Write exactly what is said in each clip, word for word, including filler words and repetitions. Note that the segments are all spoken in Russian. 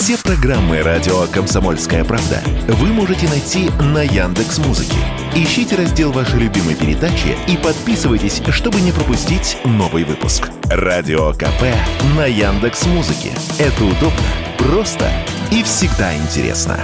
Все программы радио «Комсомольская правда» вы можете найти на Яндекс.Музыке. Ищите раздел вашей любимой передачи и подписывайтесь, чтобы не пропустить новый выпуск. Радио КП на Яндекс.Музыке. Это удобно, просто и всегда интересно.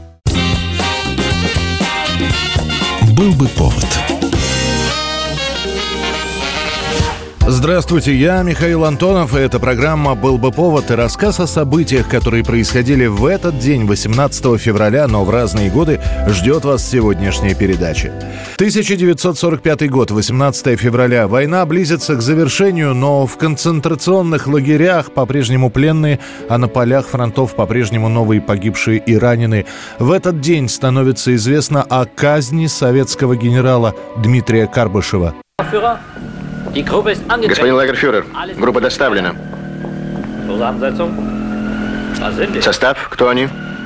Был бы повод. Здравствуйте, я Михаил Антонов, и эта программа «Был бы повод» и рассказ о событиях, которые происходили в этот день, восемнадцатого февраля, но в разные годы, ждет вас сегодняшняя передача. тысяча девятьсот сорок пятый год, восемнадцатого февраля. Война близится к завершению, но в концентрационных лагерях по-прежнему пленные, а на полях фронтов по-прежнему новые погибшие и раненые. В этот день становится известно о казни советского генерала Дмитрия Карбышева. Господин лагерфюрер, группа доставлена. Состав, кто они?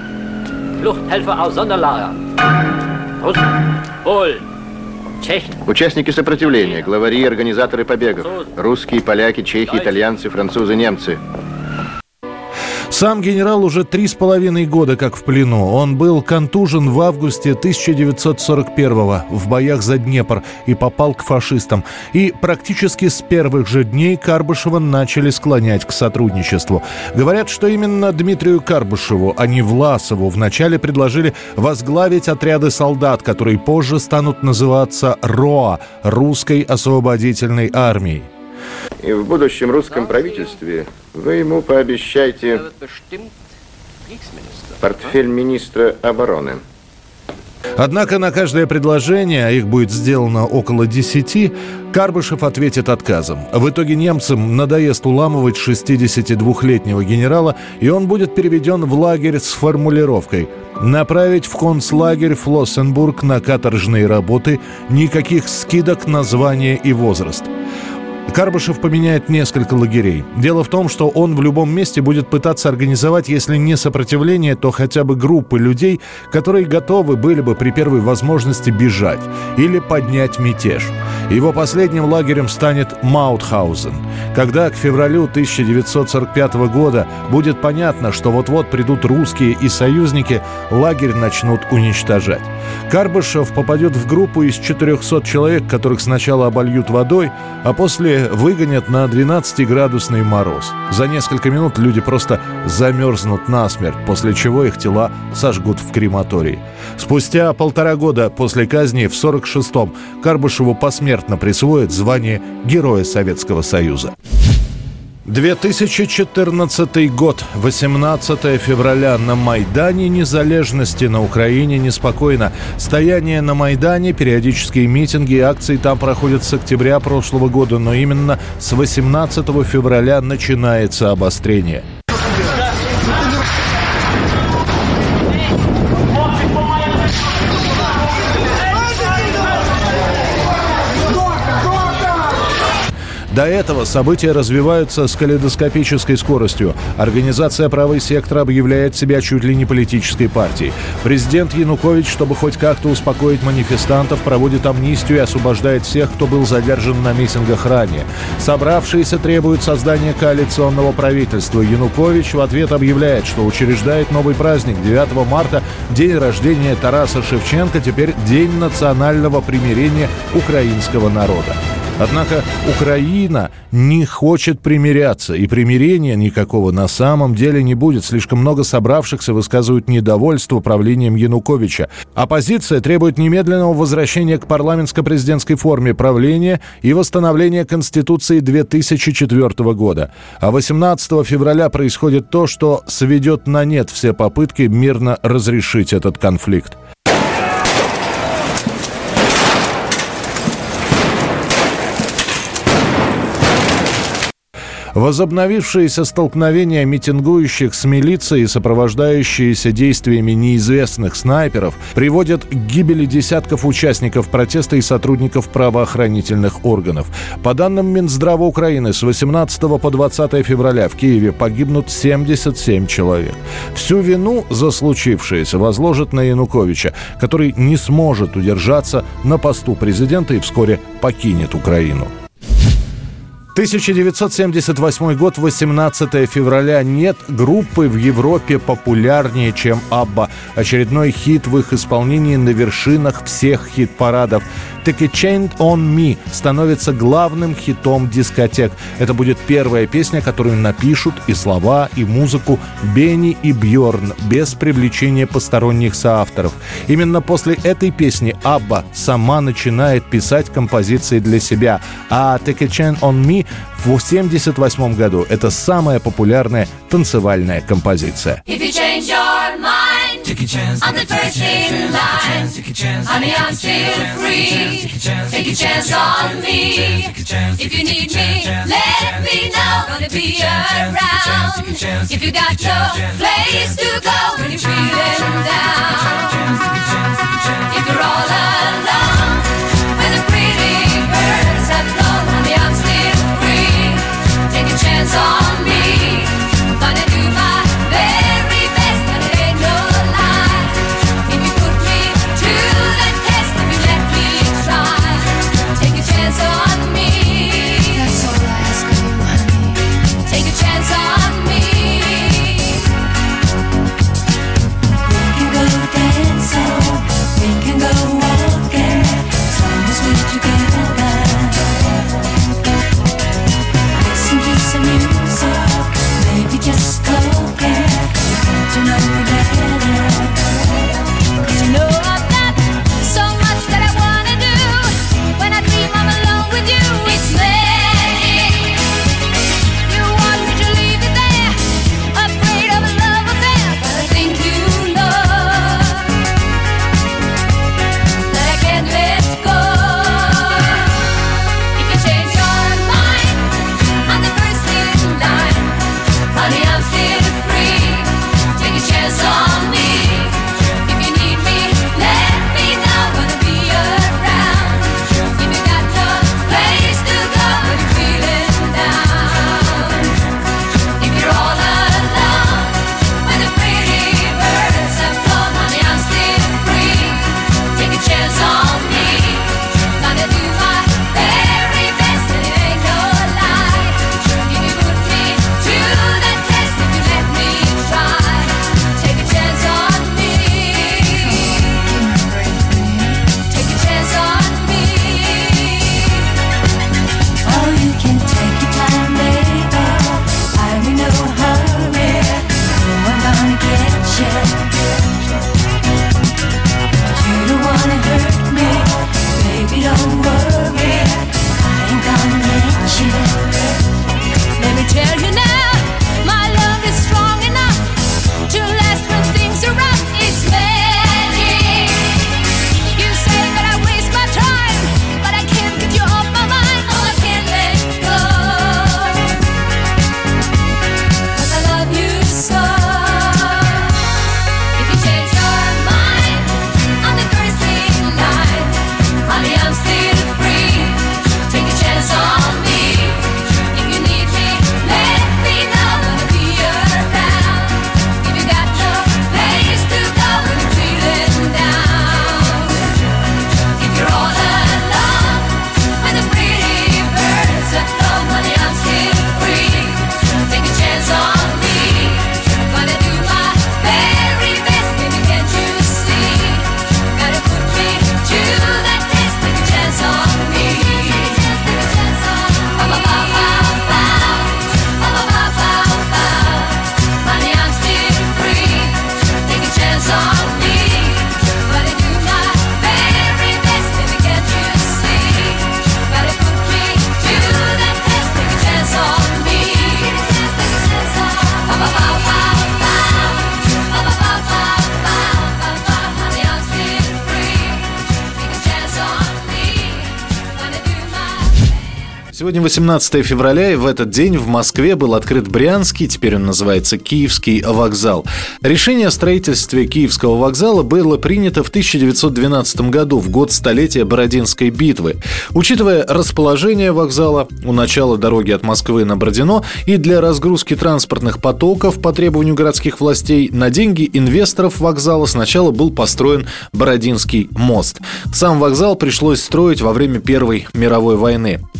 Участники сопротивления, главари и организаторы побегов. Русские, поляки, чехи, итальянцы, французы, немцы. Сам генерал уже три с половиной года как в плену. Он был контужен в августе тысяча девятьсот сорок первого в боях за Днепр и попал к фашистам. И практически с первых же дней Карбышева начали склонять к сотрудничеству. Говорят, что именно Дмитрию Карбышеву, а не Власову, вначале предложили возглавить отряды солдат, которые позже станут называться РОА – Русской освободительной армией. И в будущем русском правительстве вы ему пообещайте портфель министра обороны. Однако на каждое предложение, а их будет сделано около десяти, Карбышев ответит отказом. В итоге немцам надоест уламывать шестидесятидвухлетнего генерала, и он будет переведен в лагерь с формулировкой: направить в концлагерь Флоссенбург на каторжные работы, никаких скидок на звание и возраст. Карбышев поменяет несколько лагерей. Дело в том, что он в любом месте будет пытаться организовать, если не сопротивление, то хотя бы группы людей, которые готовы были бы при первой возможности бежать или поднять мятеж. Его последним лагерем станет Маутхаузен. Когда к февралю тысяча девятьсот сорок пятого года будет понятно, что вот-вот придут русские и союзники, лагерь начнут уничтожать. Карбышев попадет в группу из четырехсот человек, которых сначала обольют водой, а после выгонят на двенадцатиградусный мороз. За несколько минут люди просто замерзнут насмерть, после чего их тела сожгут в крематории. Спустя полтора года после казни в сорок шестом Карбышеву посмертно присвоят звание Героя Советского Союза. две тысячи четырнадцатый год, восемнадцатого февраля. На Майдане Незалежности на Украине неспокойно. Стояние на Майдане, периодические митинги и акции там проходят с октября прошлого года, но именно с восемнадцатого февраля начинается обострение. До этого события развиваются с калейдоскопической скоростью. Организация «Правый сектор» объявляет себя чуть ли не политической партией. Президент Янукович, чтобы хоть как-то успокоить манифестантов, проводит амнистию и освобождает всех, кто был задержан на митингах ранее. Собравшиеся требуют создания коалиционного правительства. Янукович в ответ объявляет, что учреждает новый праздник. девятого марта, день рождения Тараса Шевченко, теперь День национального примирения украинского народа. Однако Украина не хочет примиряться, и примирения никакого на самом деле не будет. Слишком много собравшихся высказывают недовольство правлением Януковича. Оппозиция требует немедленного возвращения к парламентско-президентской форме правления и восстановления Конституции две тысячи четвёртого года. А восемнадцатого февраля происходит то, что сведет на нет все попытки мирно разрешить этот конфликт. Возобновившиеся столкновения митингующих с милицией, сопровождающиеся действиями неизвестных снайперов, приводят к гибели десятков участников протеста и сотрудников правоохранительных органов. По данным Минздрава Украины, с восемнадцатого по двадцатое февраля в Киеве погибнут семьдесят семь человек. Всю вину за случившееся возложат на Януковича, который не сможет удержаться на посту президента и вскоре покинет Украину. тысяча девятьсот семьдесят восьмой год, восемнадцатое февраля. Нет группы в Европе популярнее, чем Абба. Очередной хит в их исполнении на вершинах всех хит-парадов. «Take a Chance on Me» становится главным хитом дискотек. Это будет первая песня, которую напишут и слова, и музыку Бенни и Бьорн, без привлечения посторонних соавторов. Именно после этой песни Абба сама начинает писать композиции для себя. А «Take a Chance on Me» в семьдесят восьмом году это самая популярная танцевальная композиция. Take a chance, I'm the first in line. Honey, I'm still free. Take a chance on me. If you need me, let me know. Gonna be around. If you got no place to go when you're feeling down. If you're all alone, when the pretty birds have flown, honey, I'm still free. Take a chance on me. Gonna do my very best, and it ain't no lie. If you put me to the test, if you let me try, take a chance on me. That's all I ask of you, honey. Take a chance on me. We can go dancing, we can go walking, as long as we're together. Listen to some music, maybe just talking, get to know you better. 'Cause you know I've got so much that I wanna do. When I dream I'm alone with you, it's magic. You want me to leave it there, afraid of a love affair, but I think you know that I can't let go. If you change your mind, I'm the first in line. Honey, I'm still free. Take a chance on me. If you need me, let me know. Gonna be around. If you got no place to go when you're feeling down. If you're all alone, when the pretty birds have flown, honey, I'm still free. Take a chance on me. Gonna do my very best, and it ain't no lie. If you put me to the test, if you let me try, take a chance on me. Take a chance on me. Oh, you can take your time, baby. I'm in no hurry. No, I'm gonna get you. You don't wanna hurt me, baby, don't worry. I ain't gonna let you. Let me tell you now, my love is strong enough to last when things are rough. It's magic. You say that I waste my time, but I can't get you off my mind. Oh, I can't let go, 'cause I love you so. If you change your mind, I'm the first in line. Honey, I'm still free. Take a chance on me. If you need me, let me know. Gonna be around. If you got no place to go when you're feeling down. If you're all alone, when the pretty birds have flown, honey, I'm still free. Take a chance on me. Gonna do my very best, baby, can't you see? Gotta put me to the test. Take a chance on me. Take a chance on me. Bow, bow, bow, bow. Bow, bow, bow, bow. Honey, I'm still free. Take a chance on me. Gonna do my very best, baby, can't you see? Gotta put me to the test. Take a chance on me. Take a chance on me. Bow, bow, bow, bow, bow. Bow, bow, bow, bow, bow, bow, bow. Honey, I'm still free. Take a chance on me. Gonna do my Сегодня восемнадцатое февраля, и в этот день в Москве был открыт Брянский, теперь он называется Киевский вокзал. Решение о строительстве Киевского вокзала было принято в тысяча девятьсот двенадцатом году, в год столетия Бородинской битвы. Учитывая расположение вокзала у начала дороги от Москвы на Бородино и для разгрузки транспортных потоков по требованию городских властей, на деньги инвесторов вокзала сначала был построен Бородинский мост. Сам вокзал пришлось строить во время Первой мировой войны. В архитектуре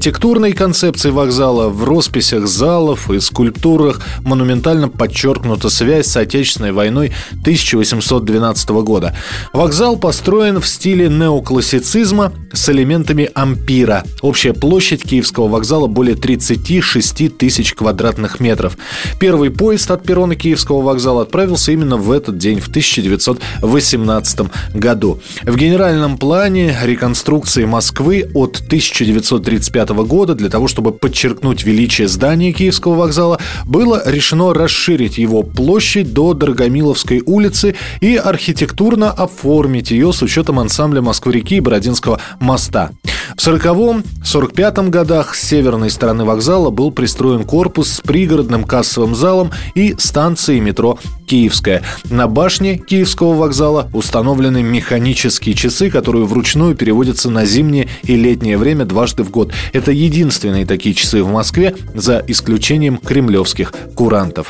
архитектурной концепции вокзала, в росписях залов и скульптурах монументально подчеркнута связь с Отечественной войной тысяча восемьсот двенадцатого года. Вокзал построен в стиле неоклассицизма с элементами ампира. Общая площадь Киевского вокзала более тридцать шесть тысяч квадратных метров. Первый поезд от перрона Киевского вокзала отправился именно в этот день, в тысяча девятьсот восемнадцатом году. В генеральном плане реконструкции Москвы от тысяча девятьсот тридцать пятого года для того, чтобы подчеркнуть величие здания Киевского вокзала, было решено расширить его площадь до Дорогомиловской улицы и архитектурно оформить ее с учетом ансамбля Москвы-реки и Бородинского моста. В сороковом — сорок пятом годах с северной стороны вокзала был пристроен корпус с пригородным кассовым залом и станцией метро «Киевская». На башне Киевского вокзала установлены механические часы, которые вручную переводятся на зимнее и летнее время дважды в год. Это единственные такие часы в Москве, за исключением кремлевских курантов.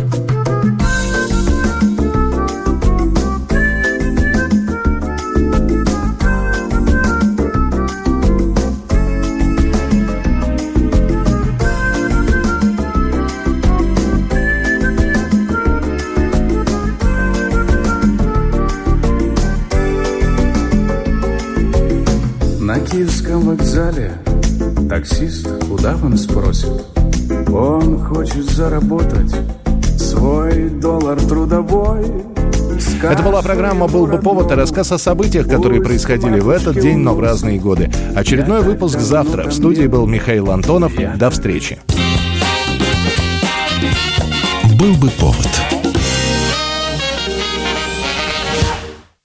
На Киевском вокзале таксист удаван спросит. Он хочет заработать свой доллар трудовой. Это была программа «Был бы повод» и рассказ о событиях, которые происходили в этот день, но в разные годы. Очередной выпуск завтра. В студии был Михаил Антонов. До встречи. «Был бы повод».